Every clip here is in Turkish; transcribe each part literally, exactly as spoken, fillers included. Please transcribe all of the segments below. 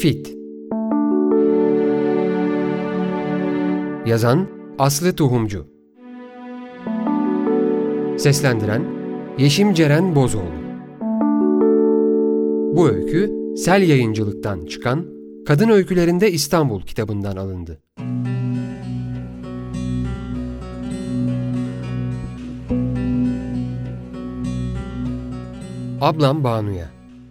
Fit. Yazan Aslı Tuhumcu. Seslendiren Yeşim Ceren Bozoğlu. Bu öykü Sel Yayıncılık'tan çıkan Kadın Öykülerinde İstanbul kitabından alındı. Ablam Banu'ya.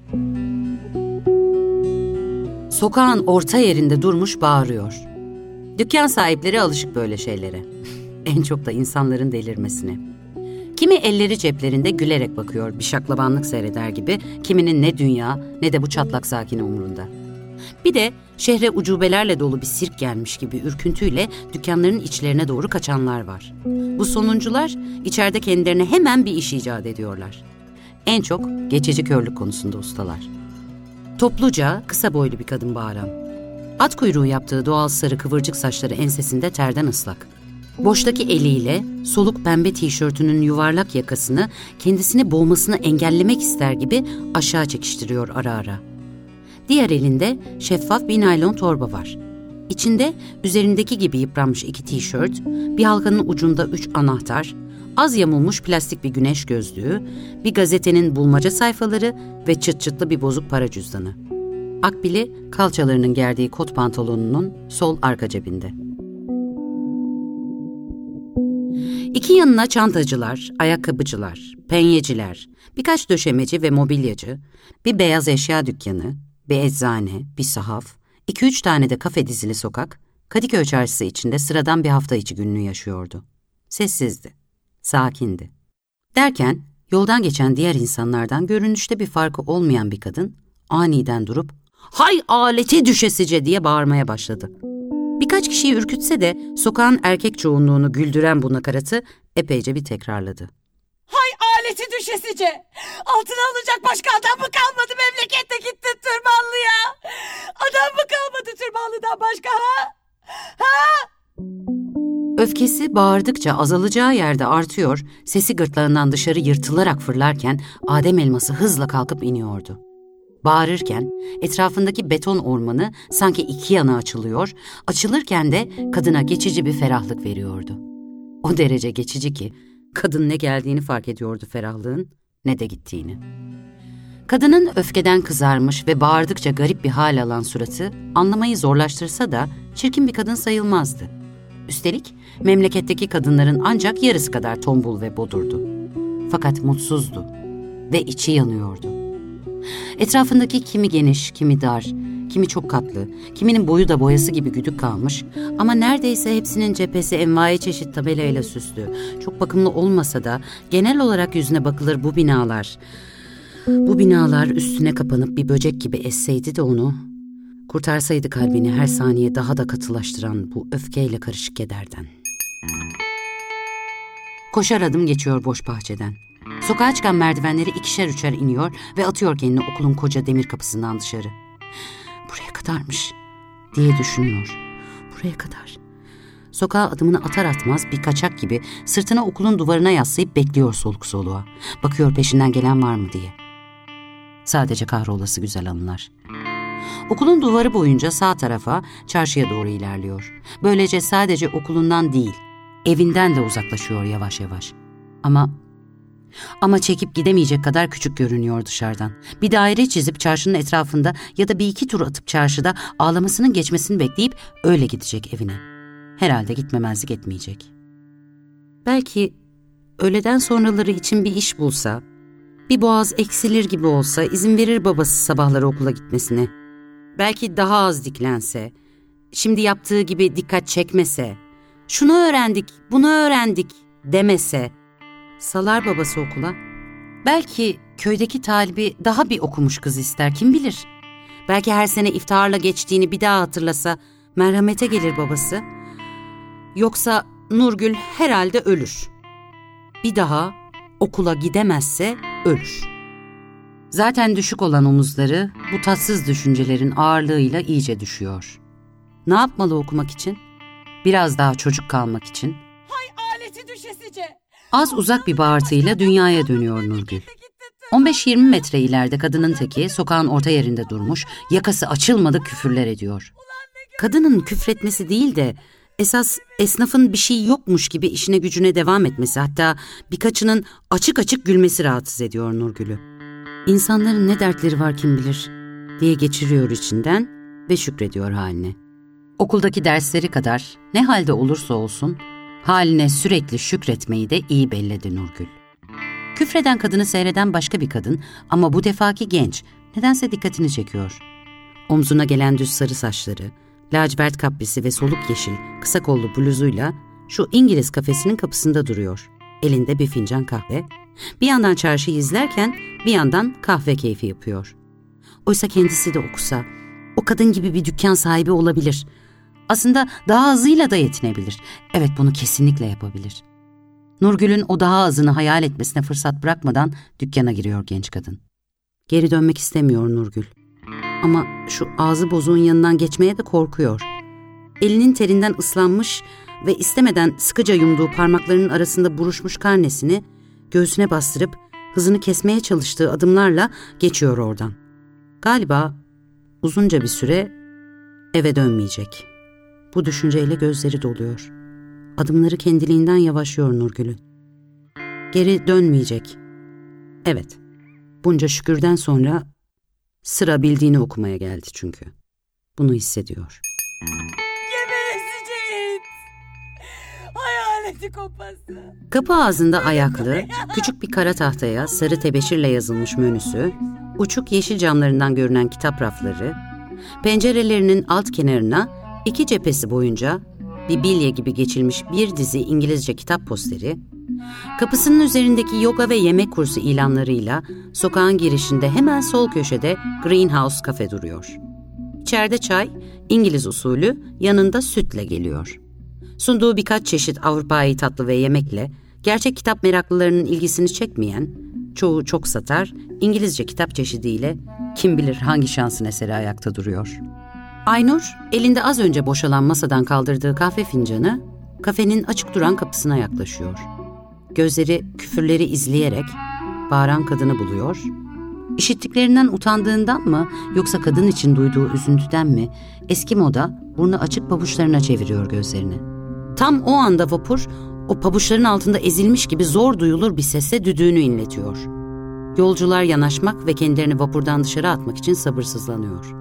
Sokağın orta yerinde durmuş bağırıyor. Dükkan sahipleri alışık böyle şeylere. En çok da insanların delirmesine. Kimi elleri ceplerinde gülerek bakıyor, bir şaklabanlık seyreder gibi, kiminin ne dünya ne de bu çatlak sakini umurunda. Bir de şehre ucubelerle dolu bir sirk gelmiş gibi ürküntüyle dükkanların içlerine doğru kaçanlar var. Bu sonuncular içeride kendilerine hemen bir iş icat ediyorlar. En çok geçici körlük konusunda ustalar. Topluca kısa boylu bir kadın bağıran. At kuyruğu yaptığı doğal sarı kıvırcık saçları ensesinde terden ıslak. Boştaki eliyle soluk pembe tişörtünün yuvarlak yakasını kendisini boğmasını engellemek ister gibi aşağı çekiştiriyor ara ara. Diğer elinde şeffaf bir naylon torba var. İçinde üzerindeki gibi yıpranmış iki tişört, bir halkanın ucunda üç anahtar, az yamulmuş plastik bir güneş gözlüğü, bir gazetenin bulmaca sayfaları ve çıt çıtlı bir bozuk para cüzdanı. Akbili kalçalarının gerdiği kot pantolonunun sol arka cebinde. İki yanına çantacılar, ayakkabıcılar, penyeciler, birkaç döşemeci ve mobilyacı, bir beyaz eşya dükkanı, bir eczane, bir sahaf, iki üç tane de kafe dizili sokak, Kadıköy çarşısı içinde sıradan bir hafta içi gününü yaşıyordu. Sessizdi, sakindi. Derken yoldan geçen diğer insanlardan görünüşte bir farkı olmayan bir kadın aniden durup "Hay aleti düşesice!" diye bağırmaya başladı. Birkaç kişiyi ürkütse de sokağın erkek çoğunluğunu güldüren bu nakaratı epeyce bir tekrarladı. Hay aleti düşesice! Altına alacak başka adam mı kalmadı memlekette, gitti Tırmanlı'ya? Adam mı kalmadı Tırmanlı'dan başka ha? Ha? Öfkesi bağırdıkça azalacağı yerde artıyor, sesi gırtlağından dışarı yırtılarak fırlarken Adem elması hızla kalkıp iniyordu. Bağırırken etrafındaki beton ormanı sanki iki yana açılıyor, açılırken de kadına geçici bir ferahlık veriyordu. O derece geçici ki kadın ne geldiğini fark ediyordu ferahlığın, ne de gittiğini. Kadının öfkeden kızarmış ve bağırdıkça garip bir hal alan suratı anlamayı zorlaştırsa da çirkin bir kadın sayılmazdı. Üstelik memleketteki kadınların ancak yarısı kadar tombul ve bodurdu. Fakat mutsuzdu ve içi yanıyordu. Etrafındaki kimi geniş, kimi dar, kimi çok katlı, kiminin boyu da boyası gibi güdük kalmış ama neredeyse hepsinin cephesi envai çeşit tabelayla süslü. Çok bakımlı olmasa da genel olarak yüzüne bakılır bu binalar. Bu binalar üstüne kapanıp bir böcek gibi esseydi de onu, kurtarsaydı kalbini her saniye daha da katılaştıran bu öfkeyle karışık kederden. Koşar adım geçiyor boş bahçeden. Sokağa çıkan merdivenleri ikişer üçer iniyor ve atıyor kendini okulun koca demir kapısından dışarı. Buraya kadarmış diye düşünüyor. Buraya kadar. Sokağa adımını atar atmaz bir kaçak gibi sırtına okulun duvarına yaslayıp bekliyor soluk soluğa. Bakıyor peşinden gelen var mı diye. Sadece kahrolası güzel anılar. Okulun duvarı boyunca sağ tarafa, çarşıya doğru ilerliyor. Böylece sadece okulundan değil, evinden de uzaklaşıyor yavaş yavaş. Ama... Ama çekip gidemeyecek kadar küçük görünüyor dışarıdan. Bir daire çizip çarşının etrafında ya da bir iki tur atıp çarşıda ağlamasının geçmesini bekleyip öyle gidecek evine. Herhalde gitmemezlik etmeyecek. Belki öğleden sonraları için bir iş bulsa, bir boğaz eksilir gibi olsa izin verir babası sabahları okula gitmesine. Belki daha az diklense, şimdi yaptığı gibi dikkat çekmese, şunu öğrendik, bunu öğrendik demese, salar babası okula. Belki köydeki talibi daha bir okumuş kız ister, kim bilir. Belki her sene iftiharla geçtiğini bir daha hatırlasa merhamete gelir babası. Yoksa Nurgül herhalde ölür. Bir daha okula gidemezse ölür. Zaten düşük olan omuzları bu tatsız düşüncelerin ağırlığıyla iyice düşüyor. Ne yapmalı okumak için? Biraz daha çocuk kalmak için. Hay aleti düşesice! Az uzak bir bağırtıyla dünyaya dönüyor Nurgül. on beş yirmi metre ileride kadının teki sokağın orta yerinde durmuş, yakası açılmadı küfürler ediyor. Kadının küfretmesi değil de esas esnafın bir şey yokmuş gibi işine gücüne devam etmesi, hatta birkaçının açık açık gülmesi rahatsız ediyor Nurgül'ü. İnsanların ne dertleri var kim bilir diye geçiriyor içinden ve şükrediyor haline. Okuldaki dersleri kadar ne halde olursa olsun haline sürekli şükretmeyi de iyi belledi Nurgül. Küfreden kadını seyreden başka bir kadın ama bu defaki genç, nedense dikkatini çekiyor. Omzuna gelen düz sarı saçları, lacivert kaprisi ve soluk yeşil kısa kollu bluzuyla şu İngiliz kafesinin kapısında duruyor. Elinde bir fincan kahve, bir yandan çarşıyı izlerken bir yandan kahve keyfi yapıyor. Oysa kendisi de okusa, o kadın gibi bir dükkan sahibi olabilir. Aslında daha azıyla da yetinebilir. Evet, bunu kesinlikle yapabilir. Nurgül'ün o daha azını hayal etmesine fırsat bırakmadan dükkana giriyor genç kadın. Geri dönmek istemiyor Nurgül. Ama şu ağzı bozuğun yanından geçmeye de korkuyor. Elinin terinden ıslanmış ve istemeden sıkıca yumduğu parmaklarının arasında buruşmuş karnesini göğsüne bastırıp hızını kesmeye çalıştığı adımlarla geçiyor oradan. Galiba uzunca bir süre eve dönmeyecek. Bu düşünceyle gözleri doluyor. Adımları kendiliğinden yavaşlıyor Nurgül'ün. Geri dönmeyecek. Evet, bunca şükürden sonra sıra bildiğini okumaya geldi çünkü. Bunu hissediyor. Gebereseceğiz. Hayaleti kopası. Kapı ağzında ayaklı, küçük bir kara tahtaya sarı tebeşirle yazılmış menüsü, uçuk yeşil camlarından görünen kitap rafları, pencerelerinin alt kenarına iki cephesi boyunca bir bilye gibi geçilmiş bir dizi İngilizce kitap posteri, kapısının üzerindeki yoga ve yemek kursu ilanlarıyla sokağın girişinde hemen sol köşede Greenhouse kafe duruyor. İçeride çay, İngiliz usulü, yanında sütle geliyor. Sunduğu birkaç çeşit Avrupa'yı tatlı ve yemekle gerçek kitap meraklılarının ilgisini çekmeyen, çoğu çok satar, İngilizce kitap çeşidiyle kim bilir hangi şansın eseri ayakta duruyor. Aynur, elinde az önce boşalan masadan kaldırdığı kahve fincanı, kafenin açık duran kapısına yaklaşıyor. Gözleri küfürleri izleyerek bağıran kadını buluyor. İşittiklerinden utandığından mı yoksa kadın için duyduğu üzüntüden mi eski moda burnu açık pabuçlarına çeviriyor gözlerini. Tam o anda vapur o pabuçların altında ezilmiş gibi zor duyulur bir sesle düdüğünü inletiyor. Yolcular yanaşmak ve kendilerini vapurdan dışarı atmak için sabırsızlanıyor.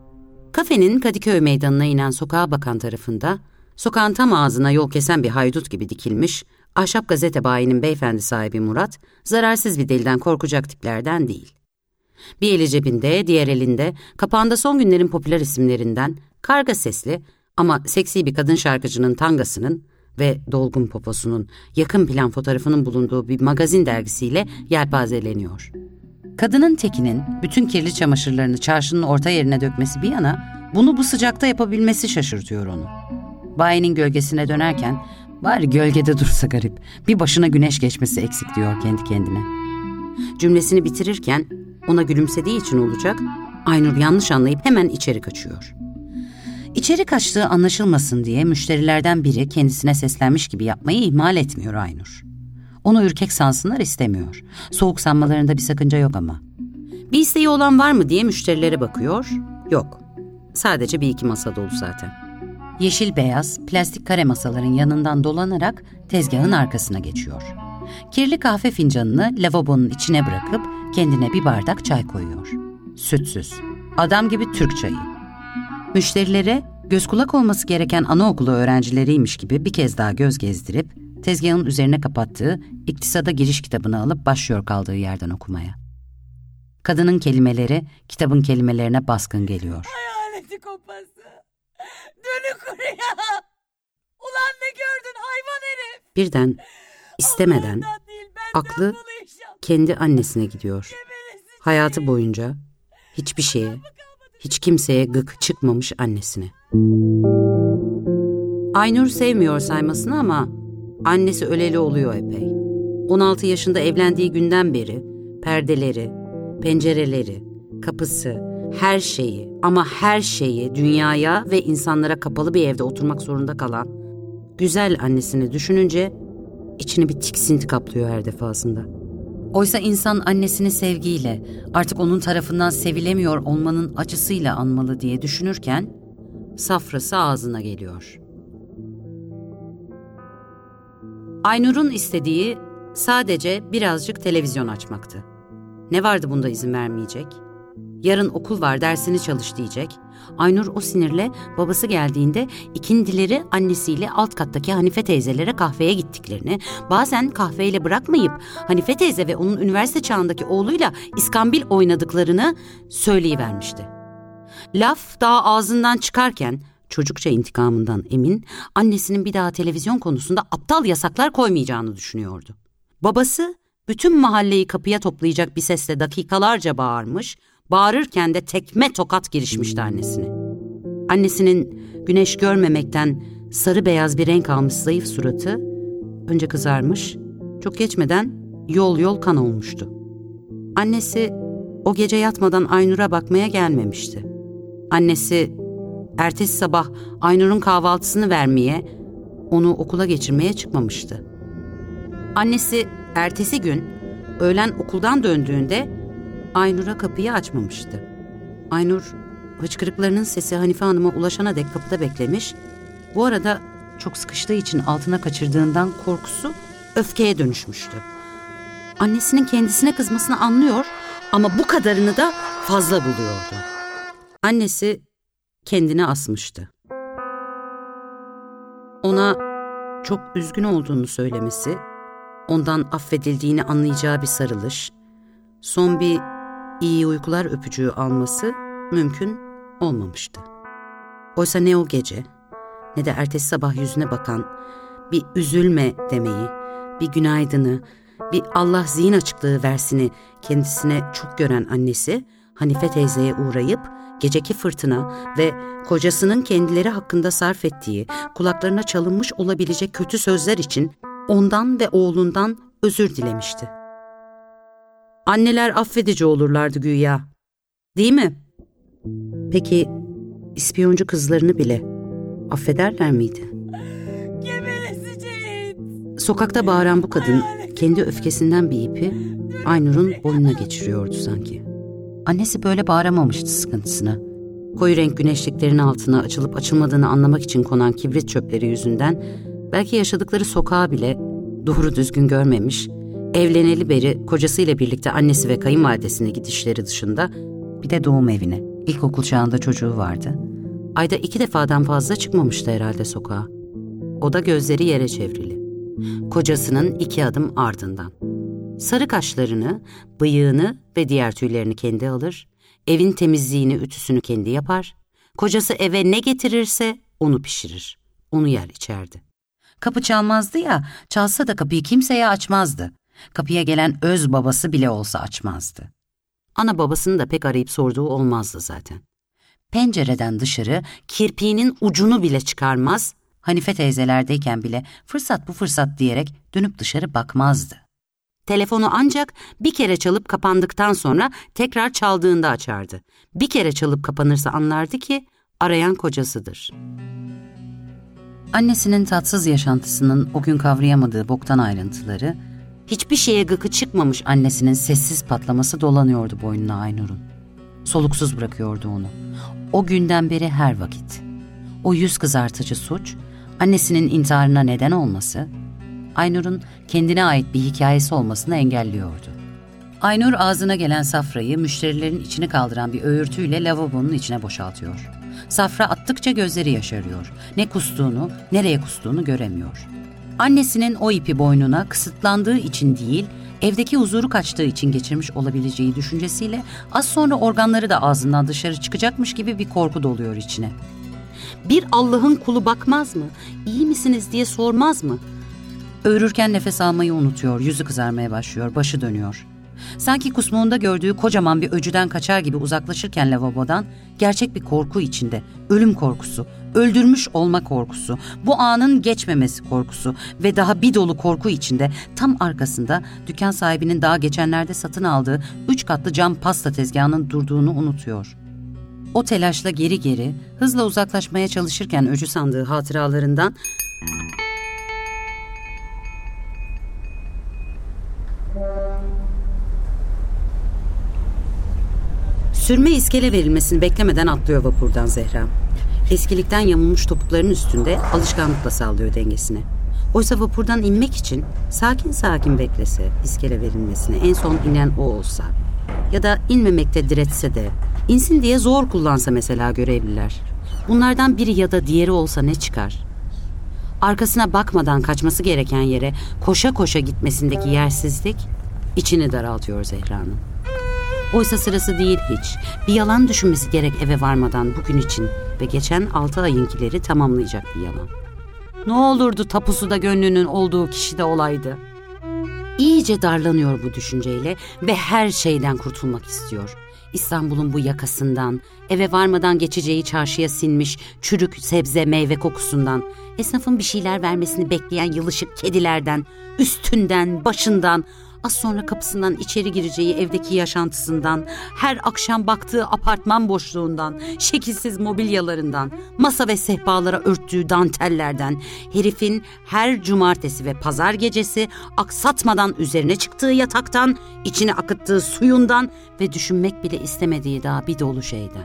Kafenin Kadıköy meydanına inen sokağa bakan tarafında, sokağın tam ağzına yol kesen bir haydut gibi dikilmiş, ahşap gazete bayinin beyefendi sahibi Murat, zararsız bir deliden korkacak tiplerden değil. Bir eli cebinde, diğer elinde, kapağında son günlerin popüler isimlerinden, karga sesli ama seksi bir kadın şarkıcının tangasının ve dolgun poposunun yakın plan fotoğrafının bulunduğu bir magazin dergisiyle yelpazeleniyor. Kadının tekinin bütün kirli çamaşırlarını çarşının orta yerine dökmesi bir yana, bunu bu sıcakta yapabilmesi şaşırtıyor onu. Bayinin gölgesine dönerken, bari gölgede dursa garip, bir başına güneş geçmesi eksik diyor kendi kendine. Cümlesini bitirirken, ona gülümsediği için olacak, Aynur yanlış anlayıp hemen içeri kaçıyor. İçeri kaçtığı anlaşılmasın diye müşterilerden biri kendisine seslenmiş gibi yapmayı ihmal etmiyor Aynur. Onu ürkek sansınlar istemiyor. Soğuk sanmalarında bir sakınca yok ama. Bir isteği olan var mı diye müşterilere bakıyor. Yok. Sadece bir iki masa dolu zaten. Yeşil beyaz plastik kare masaların yanından dolanarak tezgahın arkasına geçiyor. Kirli kahve fincanını lavabonun içine bırakıp kendine bir bardak çay koyuyor. Sütsüz. Adam gibi Türk çayı. Müşterilere göz kulak olması gereken anaokulu öğrencileriymiş gibi bir kez daha göz gezdirip tezgahın üzerine kapattığı iktisada giriş kitabını alıp başlıyor kaldığı yerden okumaya. Kadının kelimeleri kitabın kelimelerine baskın geliyor. Hayaleti kopası. Dönü kuruya. Ulan ne gördün hayvan herif. Birden istemeden değil, aklı kendi annesine gidiyor. Hayatı boyunca hiçbir şeye, hiç kimseye gık çıkmamış annesine. Aynur sevmiyor saymasını ama annesi öleli oluyor epey. on altı yaşında evlendiği günden beri perdeleri, pencereleri, kapısı, her şeyi ama her şeyi dünyaya ve insanlara kapalı bir evde oturmak zorunda kalan güzel annesini düşününce içini bir tiksinti kaplıyor her defasında. Oysa insan annesini sevgiyle, artık onun tarafından sevilemiyor olmanın acısıyla anmalı diye düşünürken safrası ağzına geliyor. Aynur'un istediği sadece birazcık televizyon açmaktı. Ne vardı bunda izin vermeyecek? Yarın okul var, dersini çalış diyecek. Aynur o sinirle babası geldiğinde ikindileri annesiyle alt kattaki Hanife teyzelere kahveye gittiklerini, bazen kahveyle bırakmayıp Hanife teyze ve onun üniversite çağındaki oğluyla iskambil oynadıklarını söyleyivermişti. Laf daha ağzından çıkarken çocukça intikamından emin, annesinin bir daha televizyon konusunda aptal yasaklar koymayacağını düşünüyordu. Babası bütün mahalleyi kapıya toplayacak bir sesle dakikalarca bağırmış, bağırırken de tekme tokat girişmişti annesine. Annesinin güneş görmemekten sarı beyaz bir renk almış zayıf suratı önce kızarmış, çok geçmeden yol yol kan olmuştu. Annesi o gece yatmadan Aynur'a bakmaya gelmemişti. Annesi ertesi sabah Aynur'un kahvaltısını vermeye, onu okula geçirmeye çıkmamıştı. Annesi ertesi gün öğlen okuldan döndüğünde Aynur'a kapıyı açmamıştı. Aynur hıçkırıklarının sesi Hanife Hanım'a ulaşana dek kapıda beklemiş. Bu arada çok sıkıştığı için altına kaçırdığından korkusu öfkeye dönüşmüştü. Annesinin kendisine kızmasını anlıyor ama bu kadarını da fazla buluyordu. Annesi kendini asmıştı. Ona çok üzgün olduğunu söylemesi, ondan affedildiğini anlayacağı bir sarılış, son bir iyi uykular öpücüğü alması mümkün olmamıştı. Oysa ne o gece ne de ertesi sabah yüzüne bakan bir üzülme demeyi, bir günaydını, bir Allah zihin açıklığı versini kendisine çok gören annesi Hanife teyzeye uğrayıp geceki fırtına ve kocasının kendileri hakkında sarf ettiği kulaklarına çalınmış olabilecek kötü sözler için ondan ve oğlundan özür dilemişti. Anneler affedici olurlardı güya, değil mi? Peki ispiyoncu kızlarını bile affederler miydi? Gebereseceğiz. Sokakta bağıran bu kadın kendi öfkesinden bir ipi Aynur'un boynuna geçiriyordu sanki. Annesi böyle bağıramamıştı sıkıntısına. Koyu renk güneşliklerin altına açılıp açılmadığını anlamak için konan kibrit çöpleri yüzünden belki yaşadıkları sokağı bile doğru düzgün görmemiş, evleneli beri kocasıyla birlikte annesi ve kayınvalidesine gidişleri dışında bir de doğum evine, ilkokul çağında çocuğu vardı. Ayda iki defadan fazla çıkmamıştı herhalde sokağa. O da gözleri yere çevrili. Kocasının iki adım ardından. Sarı kaşlarını, bıyığını ve diğer tüylerini kendi alır, evin temizliğini, ütüsünü kendi yapar, kocası eve ne getirirse onu pişirir, onu yer içerdi. Kapı çalmazdı ya, çalsa da kapıyı kimseye açmazdı. Kapıya gelen öz babası bile olsa açmazdı. Ana babasını da pek arayıp sorduğu olmazdı zaten. Pencereden dışarı kirpiğinin ucunu bile çıkarmaz, Hanife teyzelerdeyken bile fırsat bu fırsat diyerek dönüp dışarı bakmazdı. Telefonu ancak bir kere çalıp kapandıktan sonra tekrar çaldığında açardı. Bir kere çalıp kapanırsa anlardı ki arayan kocasıdır. Annesinin tatsız yaşantısının o gün kavrayamadığı boktan ayrıntıları, hiçbir şeye gıkı çıkmamış annesinin sessiz patlaması dolanıyordu boynuna Aynur'un. Soluksuz bırakıyordu onu. O günden beri her vakit. O yüz kızartıcı suç, annesinin intiharına neden olması, Aynur'un kendine ait bir hikayesi olmasını engelliyordu. Aynur ağzına gelen safrayı müşterilerin içine kaldıran bir öğürtüyle lavabonun içine boşaltıyor. Safra attıkça gözleri yaşarıyor. Ne kustuğunu, nereye kustuğunu göremiyor. Annesinin o ipi boynuna kısıtlandığı için değil, evdeki huzuru kaçtığı için geçirmiş olabileceği düşüncesiyle az sonra organları da ağzından dışarı çıkacakmış gibi bir korku doluyor içine. Bir Allah'ın kulu bakmaz mı? İyi misiniz diye sormaz mı? Öğürürken nefes almayı unutuyor, yüzü kızarmaya başlıyor, başı dönüyor. Sanki kusmuğunda gördüğü kocaman bir öcüden kaçar gibi uzaklaşırken lavabodan, gerçek bir korku içinde, ölüm korkusu, öldürmüş olma korkusu, bu anın geçmemesi korkusu ve daha bir dolu korku içinde tam arkasında dükkan sahibinin daha geçenlerde satın aldığı üç katlı cam pasta tezgahının durduğunu unutuyor. O telaşla geri geri, hızla uzaklaşmaya çalışırken öcü sandığı hatıralarından Sürme iskele verilmesini beklemeden atlıyor vapurdan Zehra. Eskilikten yamulmuş topuklarının üstünde alışkanlıkla sağlıyor dengesini. Oysa vapurdan inmek için sakin sakin beklese iskele verilmesine, en son inen o olsa ya da inmemekte diretse de insin diye zor kullansa mesela görevliler. Bunlardan biri ya da diğeri olsa ne çıkar? Arkasına bakmadan kaçması gereken yere koşa koşa gitmesindeki yersizlik içini daraltıyor Zehra'nın. Oysa sırası değil hiç. Bir yalan düşünmesi gerek eve varmadan bugün için ve geçen altı ayınkileri tamamlayacak bir yalan. Ne olurdu tapusu da gönlünün olduğu kişi de olaydı. İyice darlanıyor bu düşünceyle ve her şeyden kurtulmak istiyor. İstanbul'un bu yakasından, eve varmadan geçeceği çarşıya sinmiş çürük sebze meyve kokusundan, esnafın bir şeyler vermesini bekleyen yılışık kedilerden, üstünden, başından, az sonra kapısından içeri gireceği evdeki yaşantısından, her akşam baktığı apartman boşluğundan, şekilsiz mobilyalarından, masa ve sehpalara örttüğü dantellerden, herifin her cumartesi ve pazar gecesi aksatmadan üzerine çıktığı yataktan, içine akıttığı suyundan ve düşünmek bile istemediği daha bir dolu şeyden.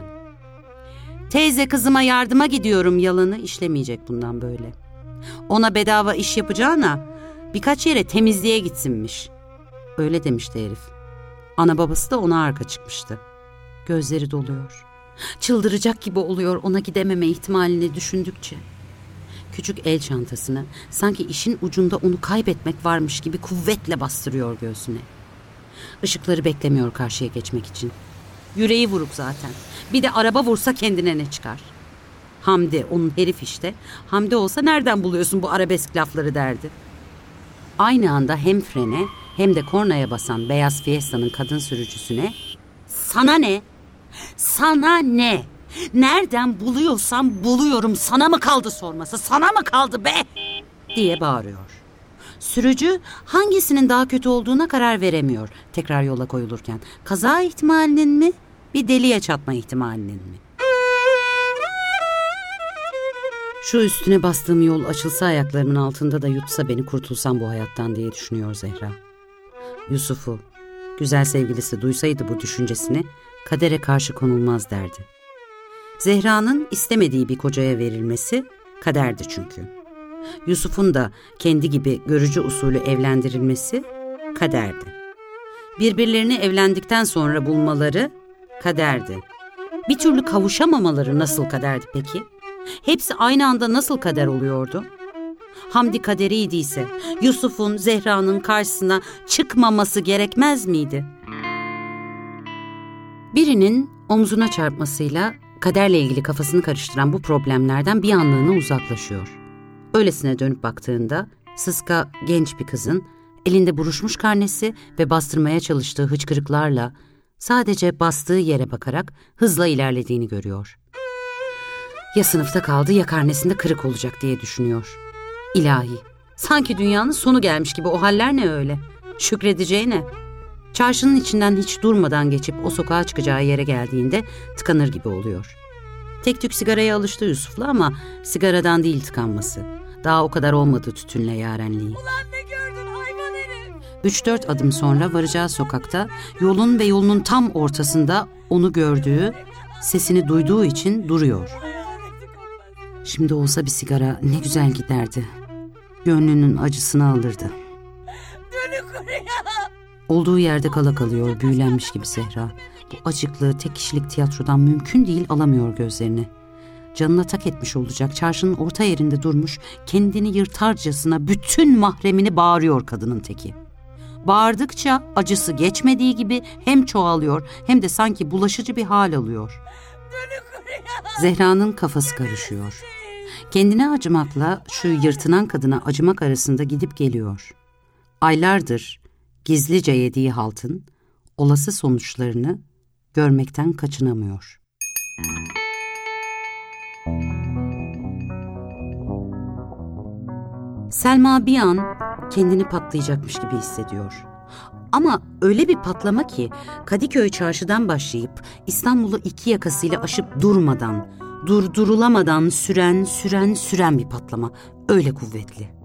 Teyze kızıma yardıma gidiyorum yalanı işlemeyecek bundan böyle. Ona bedava iş yapacağına birkaç yere temizliğe gitsinmiş. Öyle demişti herif. Ana babası da ona arka çıkmıştı. Gözleri doluyor. Çıldıracak gibi oluyor ona gidememe ihtimalini düşündükçe. Küçük el çantasını sanki işin ucunda onu kaybetmek varmış gibi kuvvetle bastırıyor göğsüne. Işıkları beklemiyor karşıya geçmek için. Yüreği vuruk zaten. Bir de araba vursa kendine ne çıkar? Hamdi onun herif işte. Hamdi olsa nereden buluyorsun bu arabesk lafları derdi. Aynı anda hem frene hem de kornaya basan beyaz Fiesta'nın kadın sürücüsüne "Sana ne? Sana ne? Nereden buluyorsam buluyorum, sana mı kaldı sorması, sana mı kaldı be?" diye bağırıyor. Sürücü hangisinin daha kötü olduğuna karar veremiyor tekrar yola koyulurken. Kaza ihtimalinin mi, bir deliye çatma ihtimalinin mi? Şu üstüne bastığım yol açılsa ayaklarımın altında da yutsa beni, kurtulsam bu hayattan diye düşünüyor Zehra. Yusuf'u, güzel sevgilisi duysaydı bu düşüncesini kadere karşı konulmaz derdi. Zehra'nın istemediği bir kocaya verilmesi kaderdi çünkü. Yusuf'un da kendi gibi görücü usulü evlendirilmesi kaderdi. Birbirlerini evlendikten sonra bulmaları kaderdi. Bir türlü kavuşamamaları nasıl kaderdi peki? Hepsi aynı anda nasıl kader oluyordu? Hamdi kaderiydiyse Yusuf'un Zehra'nın karşısına çıkmaması gerekmez miydi? Birinin omzuna çarpmasıyla kaderle ilgili kafasını karıştıran bu problemlerden bir anlığına uzaklaşıyor. Öylesine dönüp baktığında sıska genç bir kızın elinde buruşmuş karnesi ve bastırmaya çalıştığı hıçkırıklarla sadece bastığı yere bakarak hızla ilerlediğini görüyor. Ya sınıfta kaldı ya karnesinde kırık olacak diye düşünüyor. İlahi, sanki dünyanın sonu gelmiş gibi o haller ne öyle? Şükredeceği ne? Çarşının içinden hiç durmadan geçip o sokağa çıkacağı yere geldiğinde tıkanır gibi oluyor. Tek tük sigaraya alıştı Yusuf'la ama sigaradan değil tıkanması. Daha o kadar olmadı tütünle yarenliği. Ulan ne gördün hayvan herif? Üç dört adım sonra varacağı sokakta yolun ve yolunun tam ortasında onu gördüğü, sesini duyduğu için duruyor. Şimdi olsa bir sigara ne güzel giderdi. Gönlünün acısını alırdı. Dönük oraya. Olduğu yerde kala kalıyor, büyülenmiş gibi Zehra. Bu acıklı tek kişilik tiyatrodan mümkün değil alamıyor gözlerini. Canına tak etmiş olacak, çarşının orta yerinde durmuş, kendini yırtarcasına bütün mahremini bağırıyor kadının teki. Bağırdıkça acısı geçmediği gibi hem çoğalıyor hem de sanki bulaşıcı bir hal alıyor. Zehra'nın kafası karışıyor. Kendine acımakla şu yırtınan kadına acımak arasında gidip geliyor. Aylardır gizlice yediği haltın olası sonuçlarını görmekten kaçınamıyor. Selma bir an kendini patlayacakmış gibi hissediyor. Ama öyle bir patlama ki Kadıköy çarşıdan başlayıp İstanbul'u iki yakasıyla aşıp durmadan, durdurulamadan süren süren süren bir patlama. Öyle kuvvetli.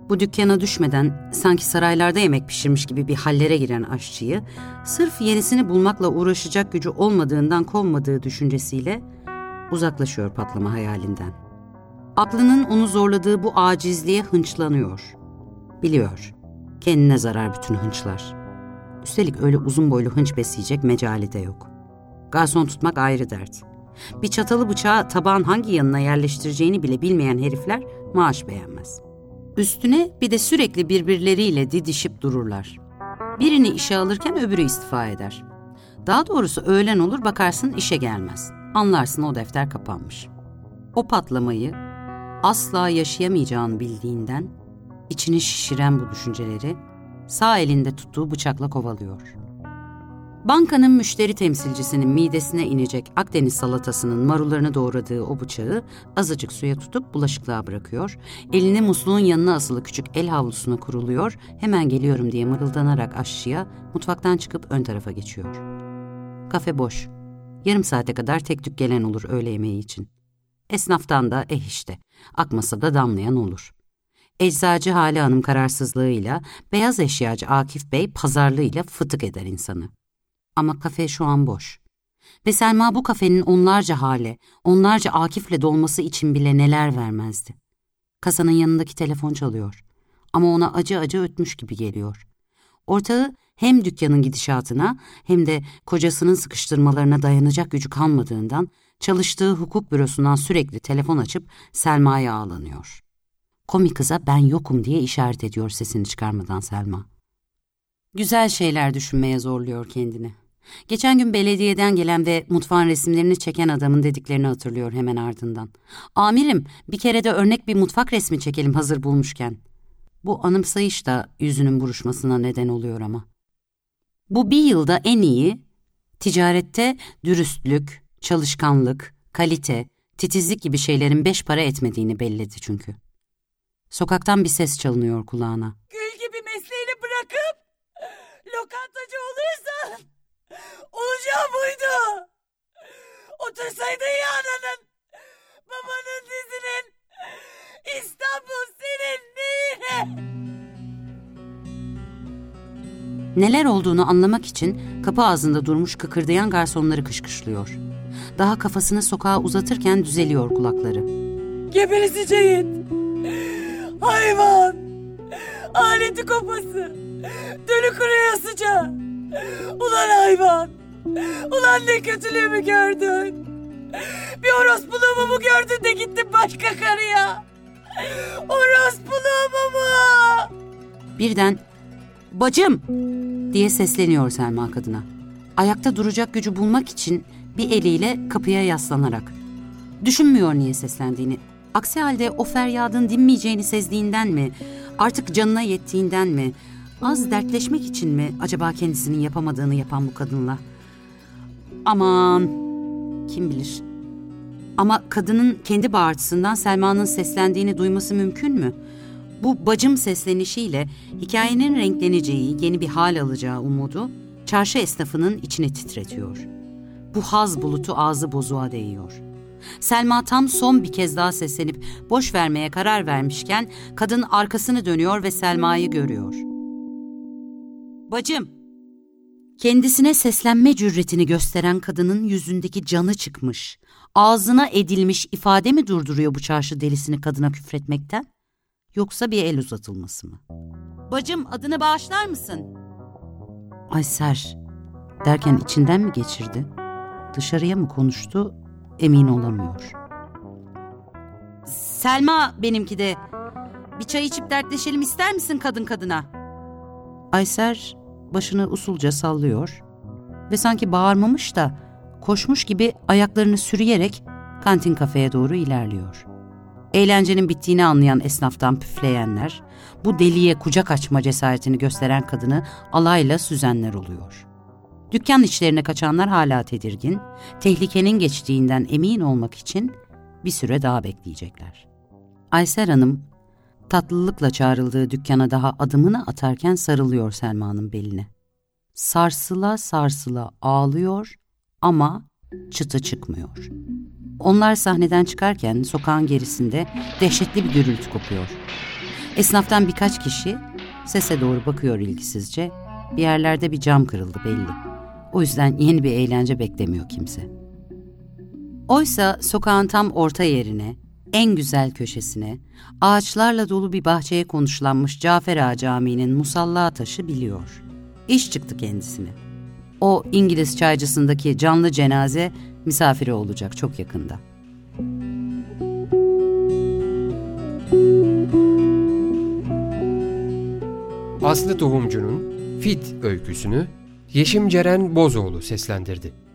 Bu dükkana düşmeden sanki saraylarda yemek pişirmiş gibi bir hallere giren aşçıyı, sırf yenisini bulmakla uğraşacak gücü olmadığından kovmadığı düşüncesiyle uzaklaşıyor patlama hayalinden. Aklının onu zorladığı bu acizliğe hınçlanıyor. Biliyor, kendine zarar bütün hınçlar. Üstelik öyle uzun boylu hınç besleyecek mecali de yok. Garson tutmak ayrı dert. Bir çatalı bıçağı tabağın hangi yanına yerleştireceğini bile bilmeyen herifler maaş beğenmez. Üstüne bir de sürekli birbirleriyle didişip dururlar. Birini işe alırken öbürü istifa eder. Daha doğrusu öğlen olur bakarsın işe gelmez. Anlarsın o defter kapanmış. O patlamayı asla yaşayamayacağını bildiğinden içini şişiren bu düşünceleri sağ elinde tuttuğu bıçakla kovalıyor. Bankanın müşteri temsilcisinin midesine inecek Akdeniz salatasının marullarını doğradığı o bıçağı azıcık suya tutup bulaşıklığa bırakıyor, elini musluğun yanına asılı küçük el havlusuna kuruluyor, hemen geliyorum diye mırıldanarak aşçıya mutfaktan çıkıp ön tarafa geçiyor. Kafe boş. Yarım saate kadar tek tük gelen olur öğle yemeği için. Esnaftan da eh işte, akmasa da damlayan olur. Eczacı Hale Hanım kararsızlığıyla, beyaz eşyacı Akif Bey pazarlığıyla fıtık eder insanı. Ama kafe şu an boş. Ve Selma bu kafenin onlarca Hale, onlarca Akif'le dolması için bile neler vermezdi. Kasanın yanındaki telefon çalıyor. Ama ona acı acı ötmüş gibi geliyor. Ortağı hem dükkanın gidişatına hem de kocasının sıkıştırmalarına dayanacak gücü kalmadığından çalıştığı hukuk bürosundan sürekli telefon açıp Selma'ya ağlanıyor. Komik kıza ben yokum diye işaret ediyor sesini çıkarmadan Selma. Güzel şeyler düşünmeye zorluyor kendini. Geçen gün belediyeden gelen ve mutfağın resimlerini çeken adamın dediklerini hatırlıyor hemen ardından. Amirim, bir kere de örnek bir mutfak resmi çekelim hazır bulmuşken. Bu anımsayış da yüzünün buruşmasına neden oluyor ama. Bu bir yılda en iyi, ticarette dürüstlük, çalışkanlık, kalite, titizlik gibi şeylerin beş para etmediğini belledi çünkü. Sokaktan bir ses çalınıyor kulağına. Gül gibi mesleğini bırakıp lokantacı olursan olacağı buydu. Otursaydın ya ananın, babanın dizinin, İstanbul senin neyine? Neler olduğunu anlamak için kapı ağzında durmuş kıkırdayan garsonları kışkışlıyor. Daha kafasını sokağa uzatırken düzeliyor kulakları. Gebereseceğin hayvan, aleti kopası, dönü kuruyasıca. Ulan hayvan, ulan ne kötülüğümü gördün. Bir orospuluğumu mu gördün de gittin başka karıya? Orospuluğumu mu? Birden bacım diye sesleniyor Selma kadına. Ayakta duracak gücü bulmak için bir eliyle kapıya yaslanarak. Düşünmüyor niye seslendiğini. Aksi halde o feryadın dinmeyeceğini sezdiğinden mi, artık canına yettiğinden mi, az dertleşmek için mi acaba kendisinin yapamadığını yapan bu kadınla? Aman, kim bilir. Ama kadının kendi bağırtısından Selma'nın seslendiğini duyması mümkün mü? Bu bacım seslenişiyle hikayenin renkleneceği, yeni bir hal alacağı umudu çarşı esnafının içini titretiyor. Bu haz bulutu ağzı bozuğa değiyor. Selma tam son bir kez daha seslenip boş vermeye karar vermişken kadın arkasını dönüyor ve Selma'yı görüyor. Bacım! Kendisine seslenme cüretini gösteren kadının yüzündeki canı çıkmış, ağzına edilmiş ifade mi durduruyor bu çarşı delisini kadına küfretmekten? Yoksa bir el uzatılması mı? Bacım, adını bağışlar mısın? Ayser derken içinden mi geçirdi? Dışarıya mı konuştu? Emin olamıyor. Selma benimki de. Bir çay içip dertleşelim ister misin kadın kadına? Ayser başını usulca sallıyor ve sanki bağırmamış da koşmuş gibi ayaklarını sürüyerek kantin kafeye doğru ilerliyor. Eğlencenin bittiğini anlayan esnaftan püfleyenler, bu deliye kucak açma cesaretini gösteren kadını alayla süzenler oluyor. Dükkan içlerine kaçanlar hala tedirgin, tehlikenin geçtiğinden emin olmak için bir süre daha bekleyecekler. Ayser Hanım, tatlılıkla çağrıldığı dükkana daha adımını atarken sarılıyor Selma'nın beline. Sarsıla sarsıla ağlıyor ama çıtı çıkmıyor. Onlar sahneden çıkarken sokağın gerisinde dehşetli bir gürültü kopuyor. Esnaftan birkaç kişi sese doğru bakıyor ilgisizce. Bir yerlerde bir cam kırıldı belli. O yüzden yeni bir eğlence beklemiyor kimse. Oysa sokağın tam orta yerine, en güzel köşesine, ağaçlarla dolu bir bahçeye konuşlanmış Cafer Ağa Camii'nin musalla taşı biliyor. İş çıktı kendisine. O İngiliz çaycısındaki canlı cenaze misafiri olacak çok yakında. Aslı Tohumcu'nun Fit öyküsünü Yeşim Ceren Bozoğlu seslendirdi.